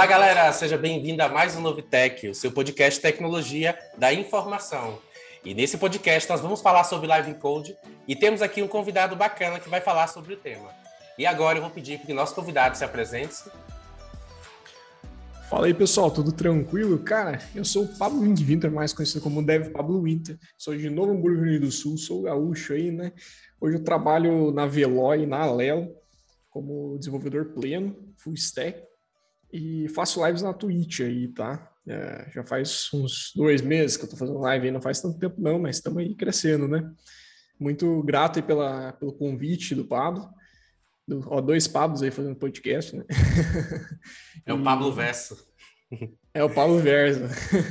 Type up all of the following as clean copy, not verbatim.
Olá, galera! Seja bem-vindo a mais um Novitec, o seu podcast de tecnologia da informação. E nesse podcast nós vamos falar sobre Live Code e temos aqui um convidado bacana que vai falar sobre o tema. E agora eu vou pedir que o nosso convidado se apresente. Fala aí, pessoal, tudo tranquilo? Cara, eu sou o Pablo Winter, mais conhecido como Dev Pablo Winter. Sou de Novo Hamburgo, Rio Grande do Sul, sou gaúcho aí, né? Hoje eu trabalho na Veloy, na Alelo, como desenvolvedor pleno, full stack, e faço lives na Twitch aí, tá? Já faz uns 2 meses que eu tô fazendo live aí, não faz tanto tempo não, mas estamos aí crescendo, né? Muito grato aí pelo convite do Pablo. Dois Pablos aí fazendo podcast, né? É o Pablo Verso. É o Pablo Verso.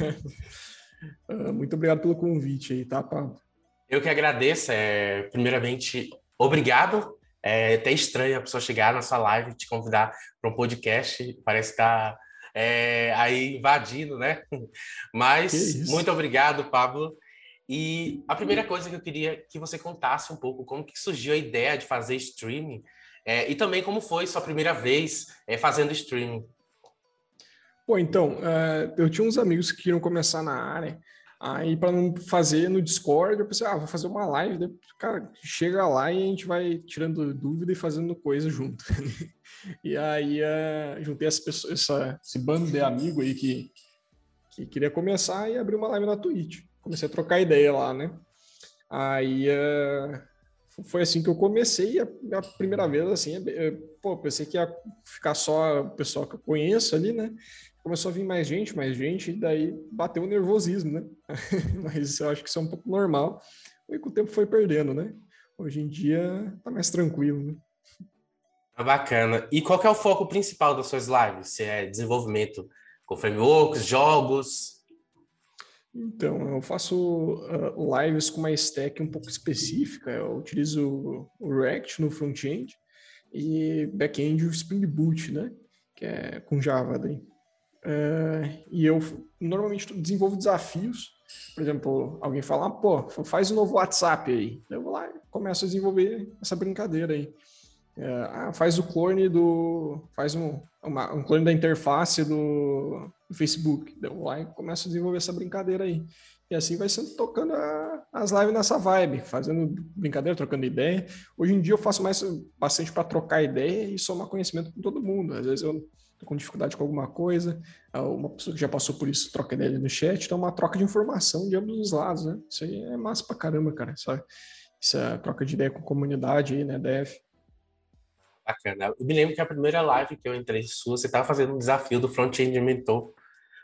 Muito obrigado pelo convite aí, tá, Pablo? Eu que agradeço. Primeiramente, obrigado. É até estranho a pessoa chegar na sua live e te convidar para um podcast. Parece que tá aí invadindo, né? Mas muito obrigado, Pablo. E a primeira coisa que eu queria que você contasse um pouco como que surgiu a ideia de fazer streaming e também como foi sua primeira vez fazendo streaming. Pô, então, eu tinha uns amigos que queriam começar na área, aí para não fazer no Discord, eu pensei, vou fazer uma live, daí, cara, chega lá e a gente vai tirando dúvida e fazendo coisa junto. E aí juntei esse bando de amigo aí que queria começar e abrir uma live na Twitch. Comecei a trocar ideia lá, né? Aí foi assim que eu comecei a primeira vez, assim, pensei que ia ficar só o pessoal que eu conheço ali, né? Começou a vir mais gente, e daí bateu o nervosismo, né? Mas eu acho que isso é um pouco normal. E com o tempo foi perdendo, né? Hoje em dia tá mais tranquilo, né? Bacana. E qual que é o foco principal das suas lives? Se é desenvolvimento com frameworks, jogos? Então, eu faço lives com uma stack um pouco específica. Eu utilizo o React no front-end e back-end o Spring Boot, né? Que é com Java daí. E eu normalmente desenvolvo desafios. Por exemplo, alguém fala, faz um novo WhatsApp aí. Eu vou lá e começo a desenvolver essa brincadeira aí. Faz o clone faz um clone da interface do Facebook. Eu vou lá e começo a desenvolver essa brincadeira aí. E assim vai sendo tocando as lives nessa vibe, fazendo brincadeira, trocando ideia. Hoje em dia eu faço bastante para trocar ideia e somar conhecimento com todo mundo. Às vezes eu tô com dificuldade com alguma coisa, uma pessoa que já passou por isso troca ideia ali no chat, então é uma troca de informação de ambos os lados, né? Isso aí é massa pra caramba, cara. Essa troca de ideia com a comunidade aí, né, Dev. Bacana. Eu me lembro que a primeira live que eu entrei sua, você estava fazendo um desafio do Front-End Mentor.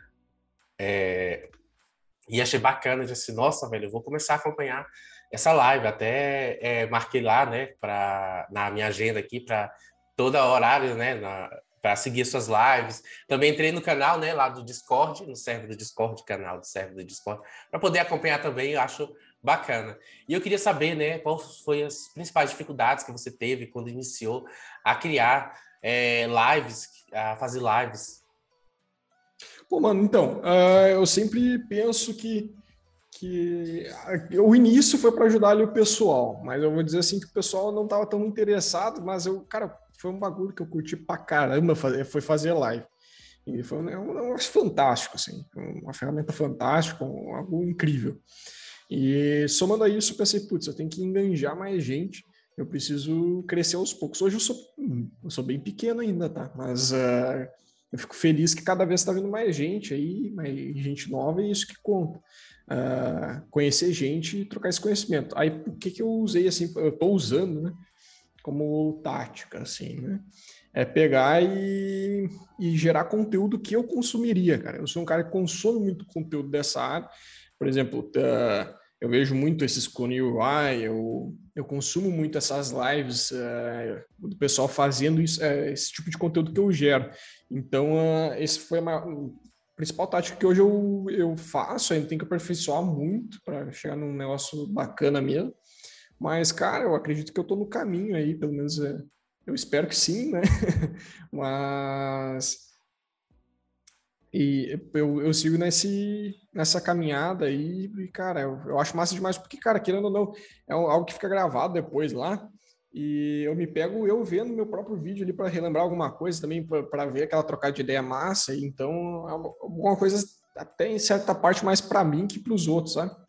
E achei bacana, eu disse, nossa, velho, eu vou começar a acompanhar essa live. Até marquei lá, né, na minha agenda aqui, para toda horário, né, para seguir suas lives. Também entrei no canal, né, lá do Discord, no server do Discord, canal do server do Discord, para poder acompanhar também, eu acho bacana. E eu queria saber, né, quais foram as principais dificuldades que você teve quando iniciou a criar lives, a fazer lives. Pô, mano, então, eu sempre penso que o início foi para ajudar ali o pessoal, mas eu vou dizer assim que o pessoal não estava tão interessado, mas cara, foi um bagulho que eu curti pra caramba, foi fazer live. E foi um negócio fantástico, assim, uma ferramenta fantástica, algo incrível. E somando a isso, eu pensei, putz, eu tenho que enganjar mais gente, eu preciso crescer aos poucos. Hoje eu sou bem pequeno ainda, tá? Mas eu fico feliz que cada vez está vindo mais gente aí, mais gente nova, e isso que conta. Conhecer gente e trocar esse conhecimento. Aí, o que eu usei, assim, eu estou usando, né, como tática, assim, né? É pegar e gerar conteúdo que eu consumiria, cara. Eu sou um cara que consome muito conteúdo dessa área. Por exemplo, eu vejo muito esses Clone UI, eu consumo muito essas lives do pessoal fazendo isso, esse tipo de conteúdo que eu gero. Então, esse foi a principal tática que hoje eu faço, ainda tenho que aperfeiçoar muito para chegar num negócio bacana mesmo. Mas, cara, eu acredito que eu estou no caminho aí, pelo menos eu espero que sim, né? Mas eu sigo nessa caminhada aí, e, cara, eu acho massa demais, porque, cara, querendo ou não, algo que fica gravado depois lá, E eu me pego eu vendo meu próprio vídeo ali para relembrar alguma coisa também, para ver aquela trocada de ideia massa. Então, é alguma coisa até em certa parte mais para mim que para os outros, sabe?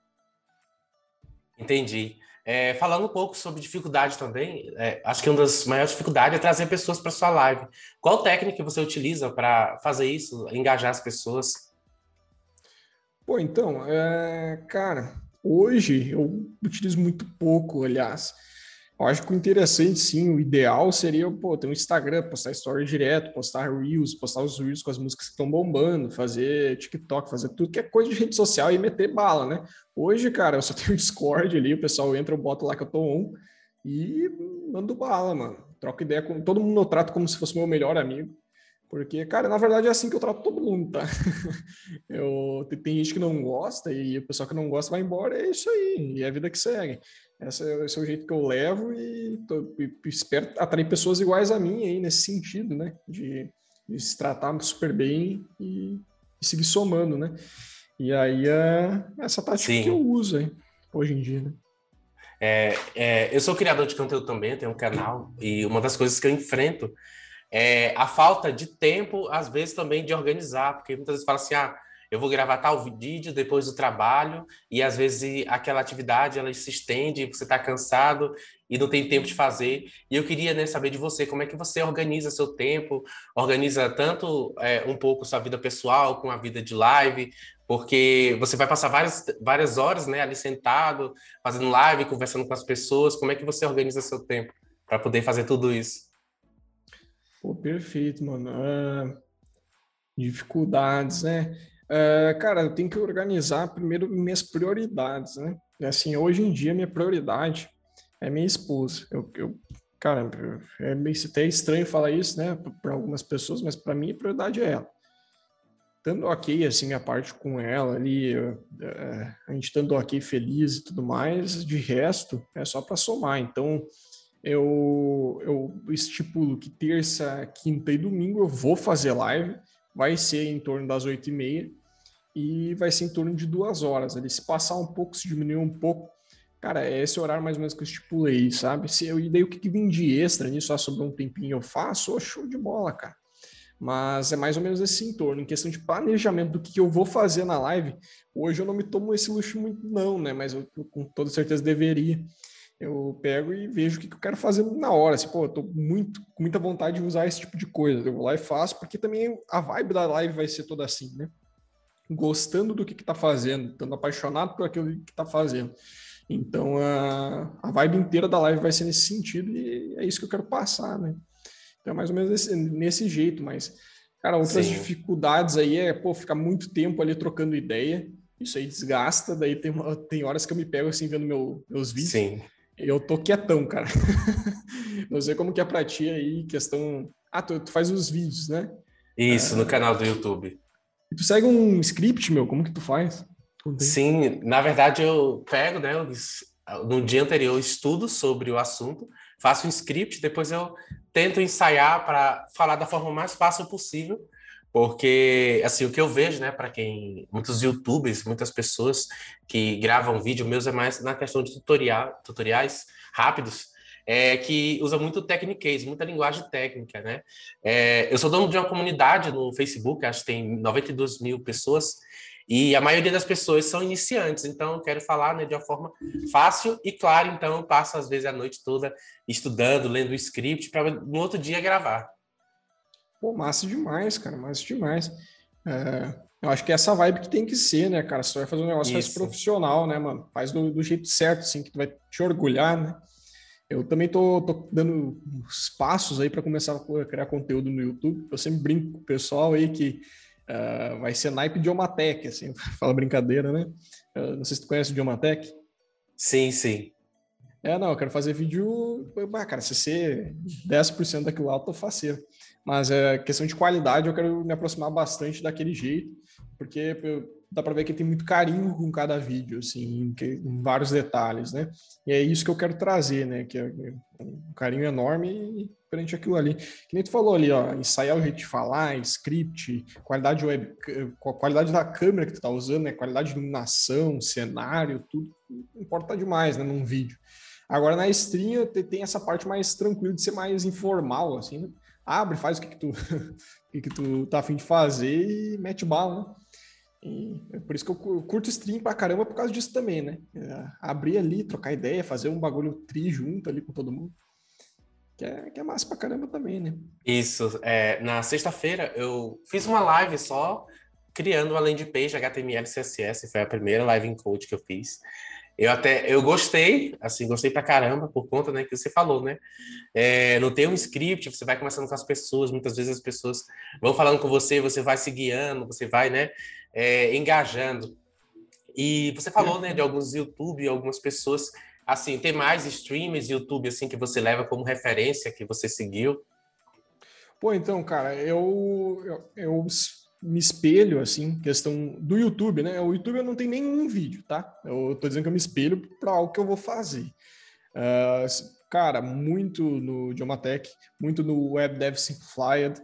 Entendi. Falando um pouco sobre dificuldade também, acho que uma das maiores dificuldades é trazer pessoas para sua live. Qual técnica você utiliza para fazer isso, engajar as pessoas? Pô, então, cara, hoje eu utilizo muito pouco, aliás. Eu acho que o interessante, sim, o ideal seria, pô, ter um Instagram, postar story direto, postar Reels, postar os Reels com as músicas que estão bombando, fazer TikTok, fazer tudo que é coisa de rede social e meter bala, né? Hoje, cara, eu só tenho o Discord ali, o pessoal entra, eu boto lá que eu tô on e mando bala, mano. Troco ideia com todo mundo, eu trato como se fosse meu melhor amigo. Porque, cara, na verdade é assim que eu trato todo mundo, tá? Tem gente que não gosta e o pessoal que não gosta vai embora, é isso aí, e é a vida que segue. Esse é o jeito que eu levo e espero atrair pessoas iguais a mim aí nesse sentido, né? De se tratar super bem e seguir somando, né? E aí é essa tática que eu Sim. uso aí, hoje em dia, né? Eu sou criador de conteúdo também, tenho um canal, e uma das coisas que eu enfrento é a falta de tempo, às vezes também de organizar, porque muitas vezes fala assim, eu vou gravar tal vídeo depois do trabalho, e às vezes aquela atividade ela se estende, você está cansado e não tem tempo de fazer. E eu queria, né, saber de você, como é que você organiza seu tempo, organiza tanto um pouco sua vida pessoal com a vida de live, porque você vai passar várias horas, né, ali sentado, fazendo live, conversando com as pessoas. Como é que você organiza seu tempo para poder fazer tudo isso? Pô, perfeito, mano. Dificuldades, né? Cara, eu tenho que organizar primeiro minhas prioridades, né? E, assim, hoje em dia, minha prioridade é minha esposa. Cara, é meio até estranho falar isso, né, para algumas pessoas, mas para mim a prioridade é ela. Estando ok, assim, minha parte com ela ali, a gente estando ok, feliz e tudo mais, de resto, é só para somar. Então, eu estipulo que terça, quinta e domingo eu vou fazer live, vai ser em torno das 8h30 e vai ser em torno de 2 horas. Ali, se passar um pouco, se diminuir um pouco, cara, é esse horário mais ou menos que eu estipulei, sabe? E daí o que vem de extra nisso, sobrou um tempinho eu faço, show de bola, cara. Mas é mais ou menos esse entorno. Em questão de planejamento do que eu vou fazer na live, hoje eu não me tomo esse luxo muito, não, né? Mas eu com toda certeza deveria. Eu pego e vejo o que eu quero fazer na hora. Assim, pô, eu tô com muita vontade de usar esse tipo de coisa. Eu vou lá e faço, porque também a vibe da live vai ser toda assim, né? Gostando do que tá fazendo, estando apaixonado por aquilo que tá fazendo. Então, a vibe inteira da live vai ser nesse sentido e é isso que eu quero passar, né? Então, é mais ou menos nesse jeito, mas, cara, outras Sim, dificuldades aí é, pô, ficar muito tempo ali trocando ideia, isso aí desgasta, daí tem horas que eu me pego assim, vendo meus vídeos, sim. eu tô quietão, cara. Não sei como que é pra ti aí, questão... tu faz os vídeos, né? Isso, no canal do YouTube. E tu segue um script, meu, como que tu faz? Conta aí. Sim, na verdade eu pego, né, no dia anterior eu estudo sobre o assunto, faço um script, depois eu tento ensaiar para falar da forma mais fácil possível, porque assim o que eu vejo, né, para quem muitos YouTubers, muitas pessoas que gravam vídeo meus é mais na questão de tutoriais rápidos. Que usa muito techniquez, muita linguagem técnica, né? Eu sou dono de uma comunidade no Facebook, acho que tem 92 mil pessoas, e a maioria das pessoas são iniciantes, então eu quero falar, né, de uma forma fácil e clara, então eu passo às vezes a noite toda estudando, lendo o script para no outro dia gravar. Pô, massa demais, cara, massa demais. Eu acho que é essa vibe que tem que ser, né, cara? Se tu vai fazer um negócio, faz Isso. profissional, né, mano? Faz do jeito certo, assim, que tu vai te orgulhar, né? Eu também tô dando uns passos aí para começar a criar conteúdo no YouTube. Eu sempre brinco com o pessoal aí que vai ser naipe de Omatec, assim, fala brincadeira, né? Não sei se tu conhece o Idiomatec. Sim, sim. Não, eu quero fazer vídeo. Cara, se ser 10% daquilo lá, eu tô faceiro. Mas questão de qualidade, eu quero me aproximar bastante daquele jeito, porque dá para ver que tem muito carinho com cada vídeo, assim, em vários detalhes, né? E é isso que eu quero trazer, né? Que é um carinho enorme frente àquilo ali. Que nem tu falou ali, ó, ensaiar o jeito de falar, script, qualidade web, qualidade da câmera que tu tá usando, né? Qualidade de iluminação, cenário, tudo importa demais, né? Num vídeo. Agora na stream tem essa parte mais tranquila de ser mais informal, assim, né? Abre, faz o que tu, o que tu tá a fim de fazer e mete bala, né? E é por isso que eu curto stream pra caramba por causa disso também, né? Abrir ali, trocar ideia, fazer um bagulho tri junto ali com todo mundo. Que é massa pra caramba também, né? Isso. Na sexta-feira eu fiz uma live só criando uma landing page HTML e CSS. Foi a primeira live em code que eu fiz. Eu gostei, assim, gostei pra caramba por conta, né, que você falou, né? Não tem um script, você vai conversando com as pessoas, muitas vezes as pessoas vão falando com você, você vai se guiando, você vai, né, engajando. E você falou, né, de alguns YouTube, algumas pessoas, assim, tem mais streamers YouTube, assim, que você leva como referência, que você seguiu? Pô, então, cara, eu me espelho, assim, questão do YouTube, né? O YouTube eu não tenho nenhum vídeo, tá? Eu tô dizendo que eu me espelho para algo que eu vou fazer. Cara, muito no Idiomatech, muito no Web Dev Simplified,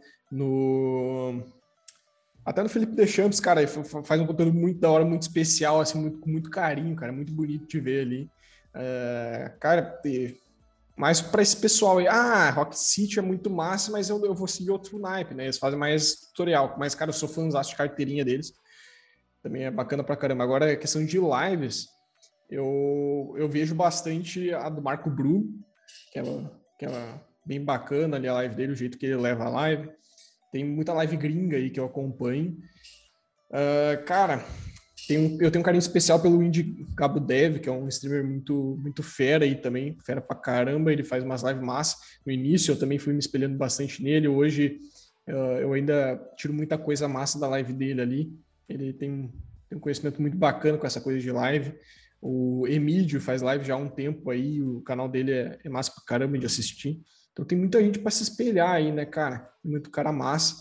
até no Felipe Deschamps, cara, ele faz um conteúdo muito da hora, muito especial, assim, com muito carinho, cara, muito bonito de ver ali. Cara, mais para esse pessoal aí, Rock City é muito massa, mas eu vou seguir outro naipe, né? Eles fazem mais tutorial, mas, cara, eu sou fãzaço de carteirinha deles, também é bacana pra caramba. Agora, a questão de lives, eu vejo bastante a do Marco Bru, que é bem bacana ali a live dele, o jeito que ele leva a live. Tem muita live gringa aí que eu acompanho. Cara, eu tenho um carinho especial pelo Indie Cabo Dev, que é um streamer muito, muito fera aí também, fera pra caramba, ele faz umas lives massas. No início eu também fui me espelhando bastante nele, hoje eu ainda tiro muita coisa massa da live dele ali. Ele tem um conhecimento muito bacana com essa coisa de live. O Emílio faz live já há um tempo aí, o canal dele é massa pra caramba de assistir. Então tem muita gente para se espelhar aí, né, cara? Muito cara massa.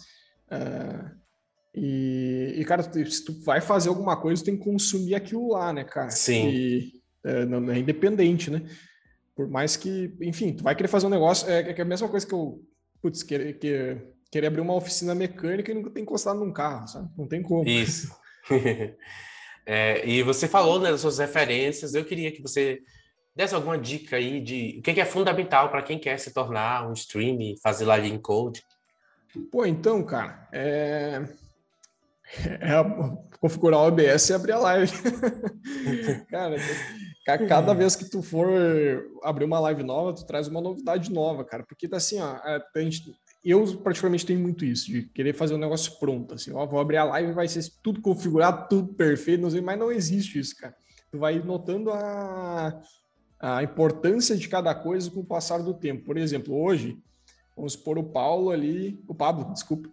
Cara, se tu vai fazer alguma coisa, tu tem que consumir aquilo lá, né, cara? Sim. Não é independente, né? Por mais que, enfim, tu vai querer fazer um negócio, é a mesma coisa que eu, putz, querer abrir uma oficina mecânica e nunca ter encostado num carro, sabe? Não tem como. Isso. E você falou, né, das suas referências. Eu queria que você desse alguma dica aí de o que é fundamental para quem quer se tornar um streamer, fazer live em code. Pô, então, cara, configurar o OBS e abrir a live. Cara, cada vez que tu for abrir uma live nova, tu traz uma novidade nova, cara. Porque assim, ó, eu particularmente tenho muito isso, de querer fazer um negócio pronto, assim, ó, vou abrir a live e vai ser tudo configurado, tudo perfeito, não sei, mas não existe isso, cara. Tu vai notando a importância de cada coisa com o passar do tempo. Por exemplo, hoje, vamos supor o Pablo, desculpa,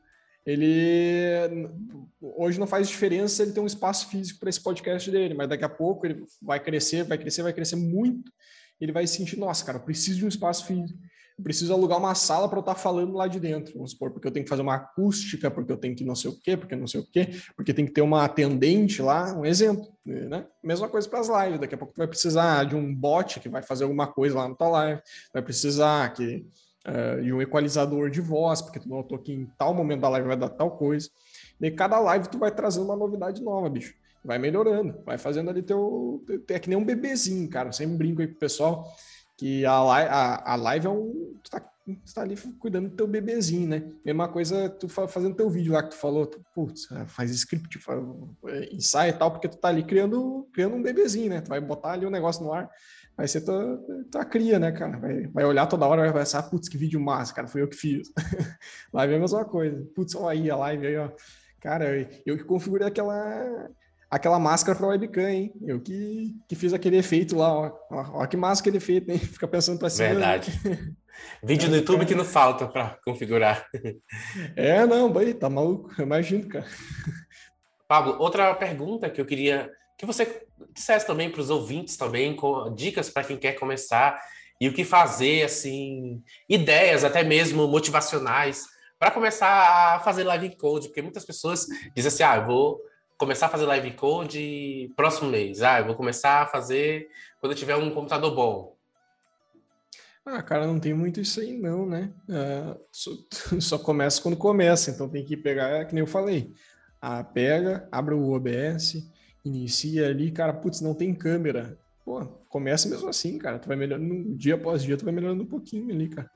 ele hoje não faz diferença ele ter um espaço físico para esse podcast dele, mas daqui a pouco ele vai crescer muito. Ele vai sentir, nossa, cara, eu preciso de um espaço físico, eu preciso alugar uma sala para eu estar falando lá de dentro, vamos supor, porque eu tenho que fazer uma acústica, porque eu tenho que não sei o quê, porque tem que ter uma atendente lá, um exemplo, né? Mesma coisa para as lives, daqui a pouco tu vai precisar de um bot que vai fazer alguma coisa lá na tua live, vai precisar e um equalizador de voz, porque tu notou que em tal momento da live vai dar tal coisa. E cada live tu vai trazendo uma novidade nova, bicho. Vai melhorando, vai fazendo ali é que nem um bebezinho, cara. Eu sempre brinco aí com o pessoal que a live é tu tá ali cuidando do teu bebezinho, né? Mesma coisa tu fazendo teu vídeo lá que tu falou, putz, faz script, ensaia e tal, porque tu tá ali criando um bebezinho, né? Tu vai botar ali um negócio no ar, vai ser tua cria, né, cara? Vai olhar toda hora, vai pensar, putz, que vídeo massa, cara, foi eu que fiz. Live é a mesma coisa. Putz, olha aí a live aí, ó. Cara, eu que configurei aquela máscara para webcam, hein? Eu que fiz aquele efeito lá, ó. Ó que máscara ele fez, hein? Fica pensando para cima. Verdade. Vídeo no YouTube que não falta para configurar. Não, bem, tá maluco, eu imagino, cara. Pablo, outra pergunta que eu queria que você dissesse também para os ouvintes também, com dicas para quem quer começar e o que fazer, assim, ideias até mesmo motivacionais para começar a fazer live code, porque muitas pessoas dizem assim, eu vou começar a fazer live code próximo mês, eu vou começar a fazer quando eu tiver um computador bom. Cara, não tem muito isso aí não, né? Só começa quando começa, então tem que pegar, que nem eu falei, pega, abre o OBS, inicia ali, cara, putz, não tem câmera. pô, começa mesmo assim, cara. Tu vai melhorando dia após dia, tu vai melhorando um pouquinho ali, cara.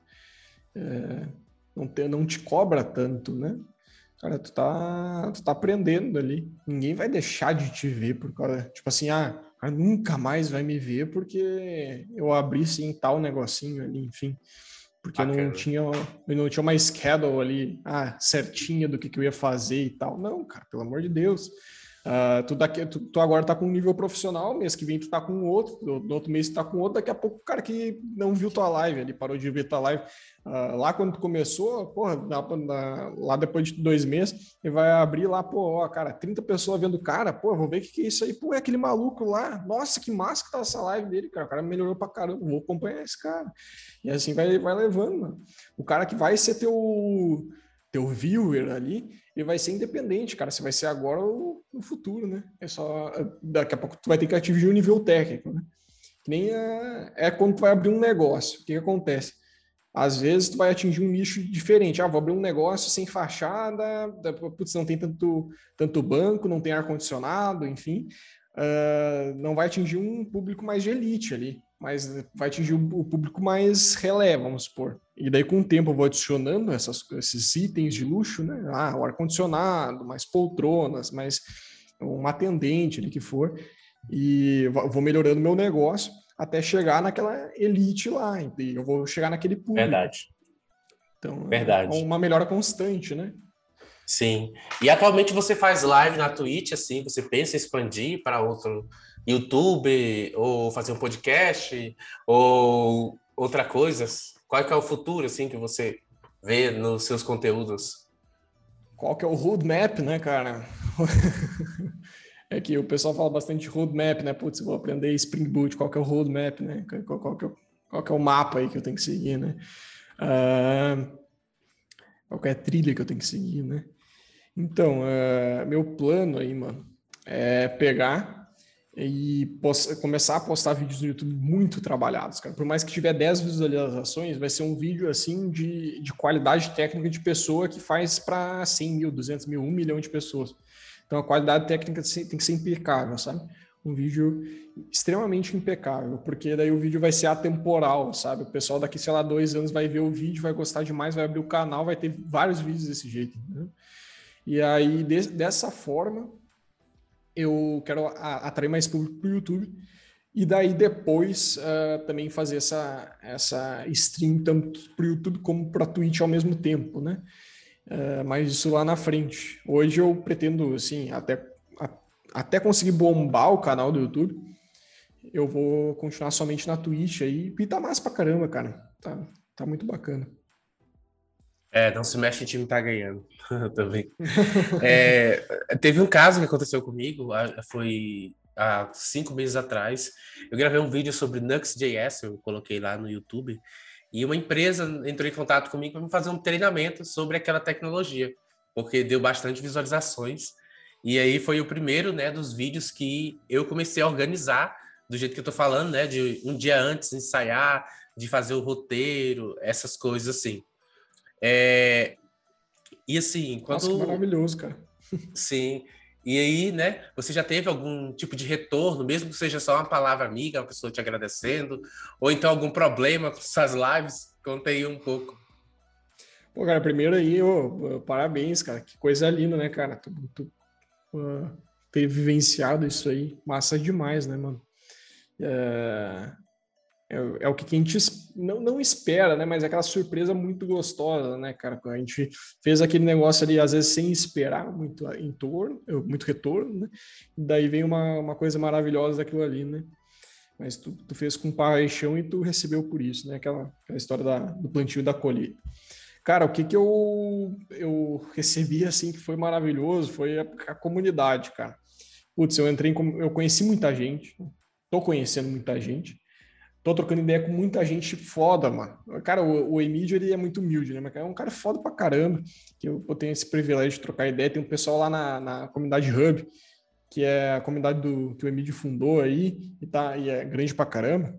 Não te cobra tanto, né? Cara, tu tá aprendendo ali. Ninguém vai deixar de te ver por causa, tipo assim, cara, nunca mais vai me ver porque eu abri assim tal negocinho ali, enfim. Porque Bacana. eu não tinha uma schedule ali, certinha do que eu ia fazer e tal. Não, cara, pelo amor de Deus. Tu agora tá com um nível profissional, mês que vem tu tá com outro, no outro mês tu tá com outro, daqui a pouco o cara que não viu tua live, ele parou de ver tua live. Lá quando tu começou, porra, lá depois de 2 meses, ele vai abrir lá, pô, ó, cara, 30 pessoas vendo o cara, pô, vou ver o que é isso aí, pô, é aquele maluco lá, nossa, que massa que tá essa live dele, cara, o cara melhorou pra caramba, vou acompanhar esse cara. E assim vai levando, mano. O cara que vai ser teu viewer ali, ele vai ser independente, cara. Se vai ser agora ou no futuro, né? Daqui a pouco tu vai ter que atingir um nível técnico, né? Que nem quando tu vai abrir um negócio. O que acontece? Às vezes tu vai atingir um nicho diferente. Vou abrir um negócio sem fachada, putz, não tem tanto banco, não tem ar-condicionado, enfim. Não vai atingir um público mais de elite ali, mas vai atingir o público mais relé, vamos supor. E daí, com o tempo, eu vou adicionando esses itens de luxo, né? O ar-condicionado, mais poltronas, mais um atendente ali que for, e vou melhorando meu negócio até chegar naquela elite lá, e eu vou chegar naquele público. Verdade. Então, é Verdade. uma melhora constante, né? Sim. E atualmente você faz live na Twitch, assim, você pensa em expandir para outro YouTube, ou fazer um podcast, ou outra coisa? Qual é que é o futuro, assim, que você vê nos seus conteúdos? Qual que é o roadmap, né, cara? É que o pessoal fala bastante roadmap, né? Putz, vou aprender Spring Boot, qual que é o roadmap, né? Qual que é o mapa aí que eu tenho que seguir, né? Qual que é a trilha que eu tenho que seguir, né? Então, meu plano aí, mano, é pegar e começar a postar vídeos no YouTube muito trabalhados, cara. Por mais que tiver 10 visualizações, vai ser um vídeo, assim, de qualidade técnica de pessoa que faz para 100 mil, 200 mil, 1 milhão de pessoas. Então, a qualidade técnica tem que ser impecável, sabe? Um vídeo extremamente impecável, porque daí o vídeo vai ser atemporal, sabe? O pessoal daqui, sei lá, 2 anos vai ver o vídeo, vai gostar demais, vai abrir o canal, vai ter vários vídeos desse jeito, né? E aí, dessa forma, eu quero atrair mais público para o YouTube. E daí, depois, também fazer essa stream tanto para o YouTube como para a Twitch ao mesmo tempo, né? Mas isso lá na frente. Hoje eu pretendo, assim, até conseguir bombar o canal do YouTube, eu vou continuar somente na Twitch aí. E tá massa pra caramba, cara. Tá muito bacana. Não se mexe, o time tá ganhando. Também. Teve um caso que aconteceu comigo, foi há 5 meses atrás. Eu gravei um vídeo sobre Nux.js, eu coloquei lá no YouTube, e uma empresa entrou em contato comigo para me fazer um treinamento sobre aquela tecnologia, porque deu bastante visualizações. E aí foi o primeiro, né, dos vídeos que eu comecei a organizar do jeito que eu tô falando, né, de um dia antes ensaiar, de fazer o roteiro, essas coisas assim. E assim, Nossa, que quando maravilhoso, cara. sim. E aí, né? Você já teve algum tipo de retorno, mesmo que seja só uma palavra amiga, uma pessoa te agradecendo, ou então algum problema com suas lives? Conta aí um pouco. Pô, cara, primeiro aí, parabéns, cara. Que coisa linda, né, cara? Ter vivenciado isso aí. Massa demais, né, mano? É o que a gente não espera, né? Mas é aquela surpresa muito gostosa, né, cara? A gente fez aquele negócio ali, às vezes, sem esperar muito muito retorno, né? E daí vem uma coisa maravilhosa daquilo ali, né? Mas tu fez com paixão e tu recebeu por isso, né? Aquela história do plantio e da colheita. Cara, o que eu recebi, assim, que foi maravilhoso foi a comunidade, cara. Putz, eu conheci muita gente, tô conhecendo muita gente, tô trocando ideia com muita gente foda, mano. Cara, o Emílio, ele é muito humilde, né? Mas é um cara foda pra caramba, que eu tenho esse privilégio de trocar ideia. Tem um pessoal lá na comunidade Hub, que é a comunidade que o Emílio fundou aí, e é grande pra caramba,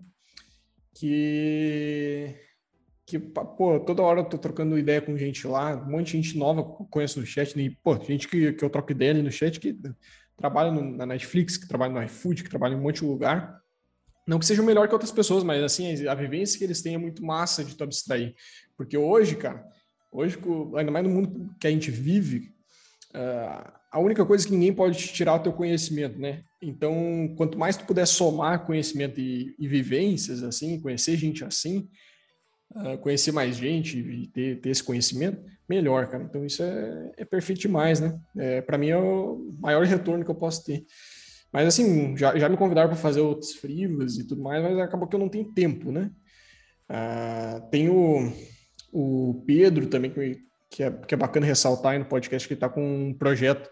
pô, toda hora eu tô trocando ideia com gente lá, um monte de gente nova que eu conheço no chat, e, pô, gente que eu troco ideia ali no chat, que trabalha na Netflix, que trabalha no iFood, que trabalha em um monte de lugar. Não que seja melhor que outras pessoas, mas assim, a vivência que eles têm é muito massa de tu abstrair. Porque hoje, cara, ainda mais no mundo que a gente vive, a única coisa que ninguém pode te tirar é o teu conhecimento, né? Então, quanto mais tu puder somar conhecimento e vivências, assim, conhecer gente assim, conhecer mais gente e ter esse conhecimento, melhor, cara. Então, isso é perfeito demais, né? Para mim, é o maior retorno que eu posso ter. Mas, assim, já me convidaram para fazer outros freelas e tudo mais, mas acabou que eu não tenho tempo, né? Tem o Pedro também, que é bacana ressaltar aí no podcast, que está com um projeto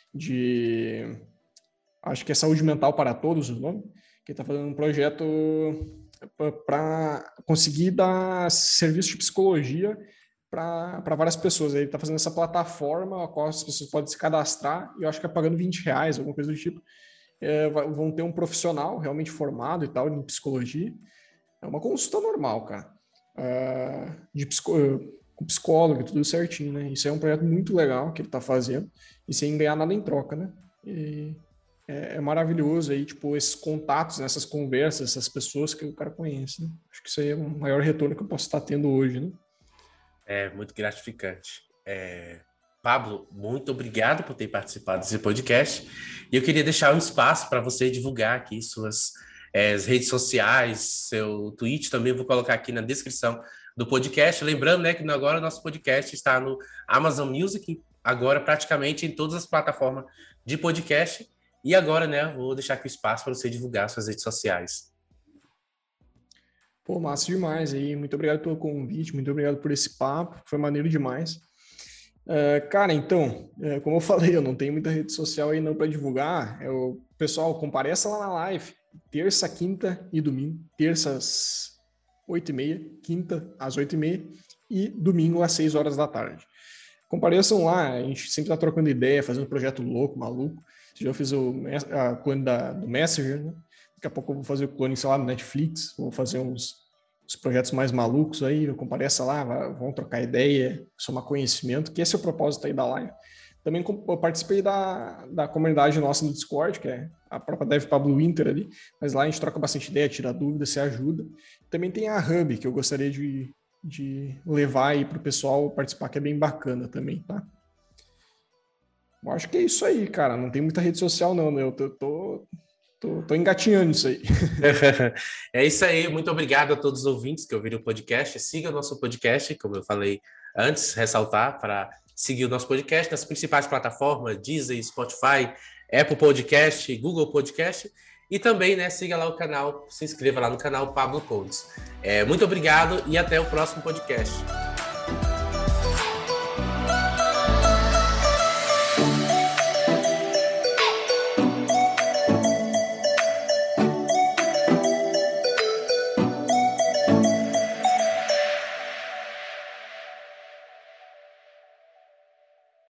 acho que é Saúde Mental para Todos o nome, que está fazendo um projeto para conseguir dar serviço de psicologia para várias pessoas. Ele está fazendo essa plataforma a qual as pessoas podem se cadastrar, e eu acho que é pagando R$20, alguma coisa do tipo. Vão ter um profissional realmente formado e tal, em psicologia. É uma consulta normal, cara. Com psicólogo e tudo certinho, né? Isso é um projeto muito legal que ele tá fazendo, e sem ganhar nada em troca, né? E é maravilhoso aí, tipo, esses contatos, essas conversas, essas pessoas que o cara conhece, né? Acho que isso aí é o maior retorno que eu posso estar tendo hoje, né? É muito gratificante. Pablo, muito obrigado por ter participado desse podcast. E eu queria deixar um espaço para você divulgar aqui suas redes sociais, seu tweet também, vou colocar aqui na descrição do podcast. Lembrando, né, que agora o nosso podcast está no Amazon Music, agora praticamente em todas as plataformas de podcast. E agora, né, vou deixar aqui o espaço para você divulgar suas redes sociais. Pô, massa demais aí. Muito obrigado pelo convite, muito obrigado por esse papo, foi maneiro demais. Cara, então, como eu falei, eu não tenho muita rede social aí não para divulgar. Pessoal, compareça lá na live, terça, quinta e domingo. Terça às 8h30, quinta às 8h30 e domingo às 6 horas da tarde. Compareçam lá, a gente sempre tá trocando ideia, fazendo um projeto louco, maluco. Já fiz a clone do Messenger, né? Daqui a pouco eu vou fazer o clone, sei lá, do Netflix, vou fazer uns projetos mais malucos aí, compareça lá, vamos trocar ideia, somar conhecimento, que esse é o propósito aí da live. Também eu participei da comunidade nossa no Discord, que é a própria Dev Pablo Winter ali, mas lá a gente troca bastante ideia, tira dúvida, se ajuda. Também tem a Hub, que eu gostaria de levar aí para o pessoal participar, que é bem bacana também, tá? Eu acho que é isso aí, cara, não tem muita rede social não, né? Eu tô engatinhando isso aí. É isso aí, muito obrigado a todos os ouvintes que ouviram o podcast. Siga o nosso podcast, como eu falei antes, ressaltar para seguir o nosso podcast nas principais plataformas, Deezer, Spotify, Apple Podcast, Google Podcast, e também, né, siga lá o canal, se inscreva lá no canal Pablo Codes. Muito obrigado e até o próximo podcast.